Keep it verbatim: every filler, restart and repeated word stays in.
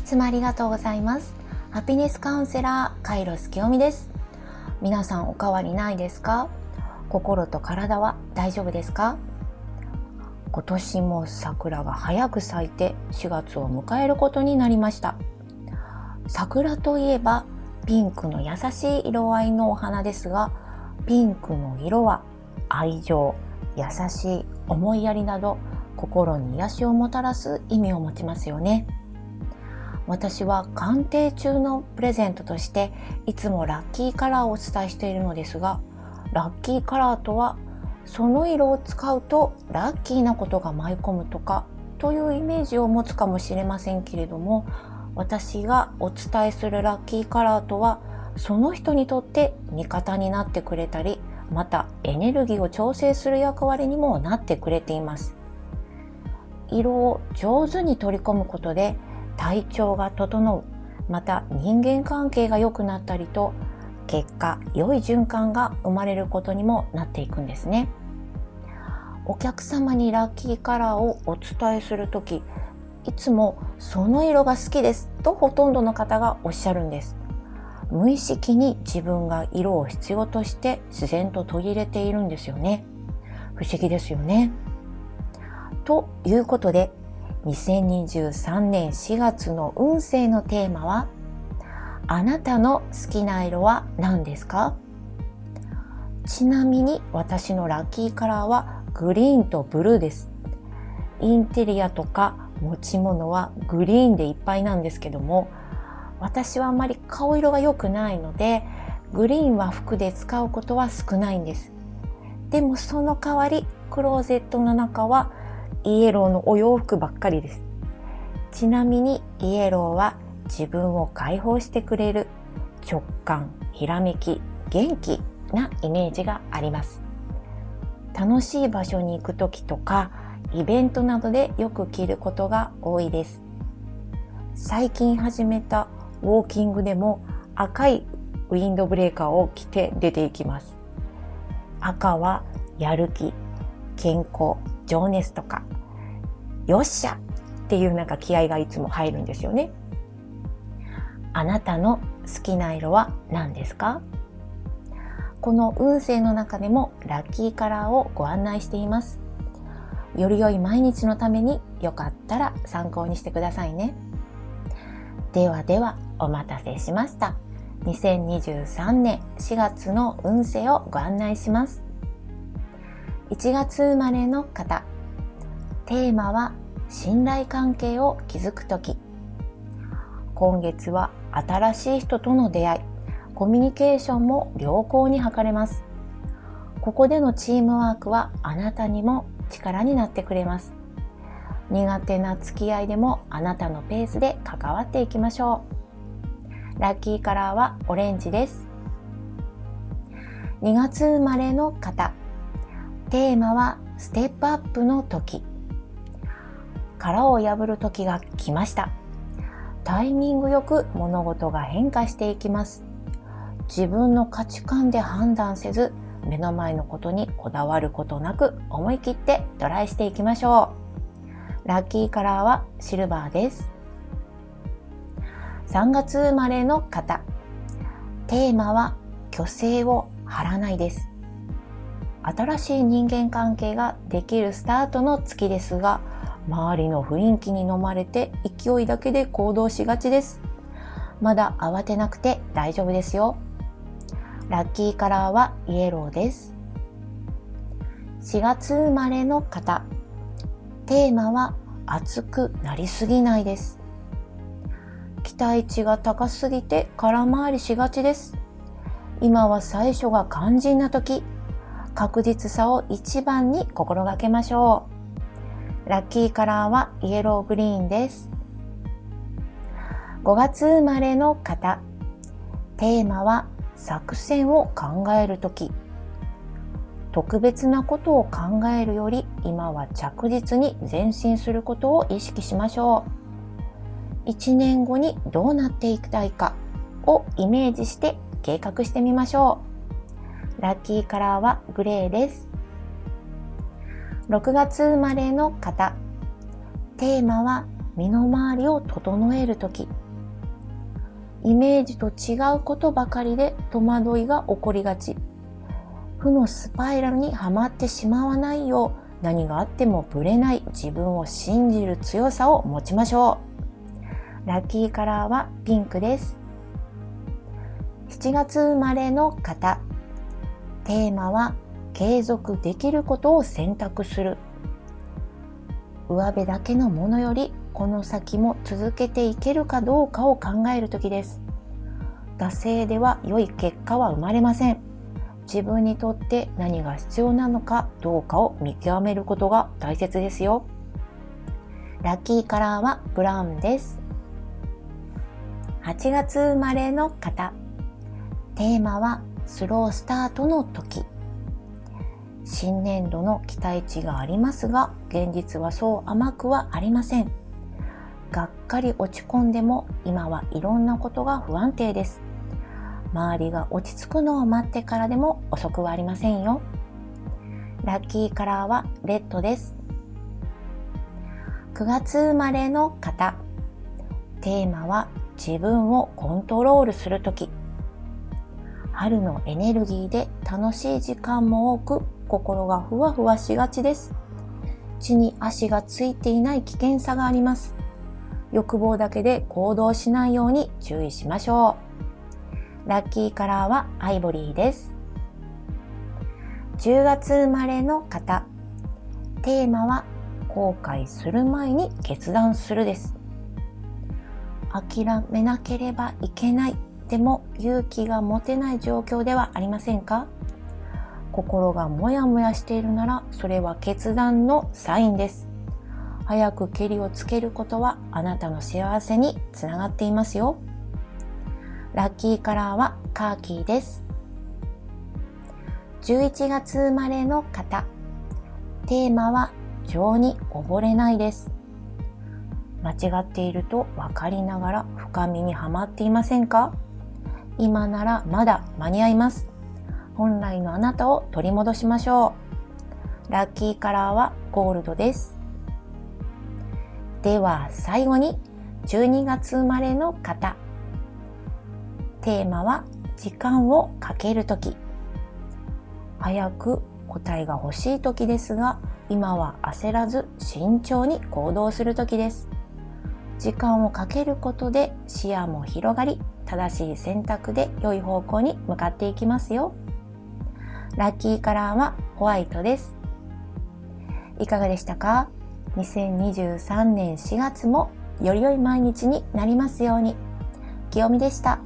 つもありがとうございます。ハピネスカウンセラーカイロス清美です。皆さんお変わりないですか？心と体は大丈夫ですか？今年も桜が早く咲いてしがつを迎えることになりました。桜といえばピンクの優しい色合いのお花ですが、ピンクの色は愛情、優しい思いやりなど心に癒しをもたらす意味を持ちますよね。私は鑑定中のプレゼントとしていつもラッキーカラーをお伝えしているのですが、ラッキーカラーとはその色を使うとラッキーなことが舞い込むとかというイメージを持つかもしれませんけれども、私がお伝えするラッキーカラーとはその人にとって味方になってくれたり、またエネルギーを調整する役割にもなってくれています。色を上手に取り込むことで体調が整う、また人間関係が良くなったりと、結果良い循環が生まれることにもなっていくんですね。お客様にラッキーカラーをお伝えするとき、いつもその色が好きですとほとんどの方がおっしゃるんです。無意識に自分が色を必要として自然と取り入れているんですよね。不思議ですよね。ということで、にせんにじゅうさんねんしがつの運勢のテーマは、あなたの好きな色は何ですか？ちなみに私のラッキーカラーはグリーンとブルーです。インテリアとか持ち物はグリーンでいっぱいなんですけども、私はあまり顔色が良くないので、グリーンは服で使うことは少ないんです。でもその代わり、クローゼットの中はイエローのお洋服ばっかりです。ちなみにイエローは自分を解放してくれる直感、ひらめき、元気なイメージがあります。楽しい場所に行くときとかイベントなどでよく着ることが多いです。最近始めたウォーキングでも赤いウィンドブレーカーを着て出ていきます。赤はやる気、健康、情熱とかよっしゃっていうなんか気合がいつも入るんですよね。あなたの好きな色は何ですか？この運勢の中でもラッキーカラーをご案内しています。より良い毎日のためによかったら参考にしてくださいね。ではではお待たせしました。にせんにじゅうさんねんしがつの運勢をご案内します。いちがつ生まれの方、テーマは信頼関係を築くとき。今月は新しい人との出会い、コミュニケーションも良好に図れます。ここでのチームワークはあなたにも力になってくれます。苦手な付き合いでもあなたのペースで関わっていきましょう。ラッキーカラーはオレンジです。にがつ生まれの方、テーマはステップアップの時。殻を破る時が来ました。タイミングよく物事が変化していきます。自分の価値観で判断せず、目の前のことにこだわることなく思い切ってトライしていきましょう。ラッキーカラーはシルバーです。さんがつ生まれの方、テーマは虚勢を張らないです。新しい人間関係ができるスタートの月ですが、周りの雰囲気に飲まれて勢いだけで行動しがちです。まだ慌てなくて大丈夫ですよ。ラッキーカラーはイエローです。しがつ生まれの方、テーマは熱くなりすぎないです。期待値が高すぎて空回りしがちです。今は最初が肝心な時、確実さを一番に心がけましょう。ラッキーカラーはイエローグリーンです。ごがつ生まれの方、テーマは作戦を考えるとき。特別なことを考えるより、今は着実に前進することを意識しましょう。いちねんごにどうなっていきたいかをイメージして計画してみましょう。ラッキーカラーはグレーです。ろくがつ生まれの方、テーマは身の回りを整えるとき、イメージと違うことばかりで戸惑いが起こりがち。負のスパイラルにはまってしまわないよう、何があってもぶれない自分を信じる強さを持ちましょう。ラッキーカラーはピンクです。しちがつ生まれの方、テーマは継続できることを選択する。上辺だけのものよりこの先も続けていけるかどうかを考える時です。惰性では良い結果は生まれません。自分にとって何が必要なのかどうかを見極めることが大切ですよ。ラッキーカラーはブラウンです。はちがつ生まれの方、テーマはスロースタートの時。新年度の期待値がありますが、現実はそう甘くはありません。がっかり落ち込んでも今はいろんなことが不安定です。周りが落ち着くのを待ってからでも遅くはありませんよ。ラッキーカラーはレッドです。くがつ生まれの方、テーマは自分をコントロールするとき。春のエネルギーで楽しい時間も多く、心がふわふわしがちです。地に足がついていない危険さがあります。欲望だけで行動しないように注意しましょう。ラッキーカラーはアイボリーです。じゅうがつ生まれの方、テーマは後悔する前に決断するです。諦めなければいけない、でも勇気が持てない状況ではありませんか？心がもやもやしているなら、それは決断のサインです。早くケリをつけることはあなたの幸せにつながっていますよ。ラッキーカラーはカーキーです。じゅういちがつ生まれの方、テーマは情に溺れないです。間違っていると分かりながら深みにはまっていませんか？今ならまだ間に合います。本来のあなたを取り戻しましょう。ラッキーカラーはゴールドです。では最後にじゅうにがつ生まれの方、テーマは時間をかけるとき。早く答えが欲しいときですが、今は焦らず慎重に行動するときです。時間をかけることで視野も広がり、正しい選択で良い方向に向かっていきますよ。ラッキーカラーはホワイトです。いかがでしたか？にせんにじゅうさんねんしがつもより良い毎日になりますように。きよみでした。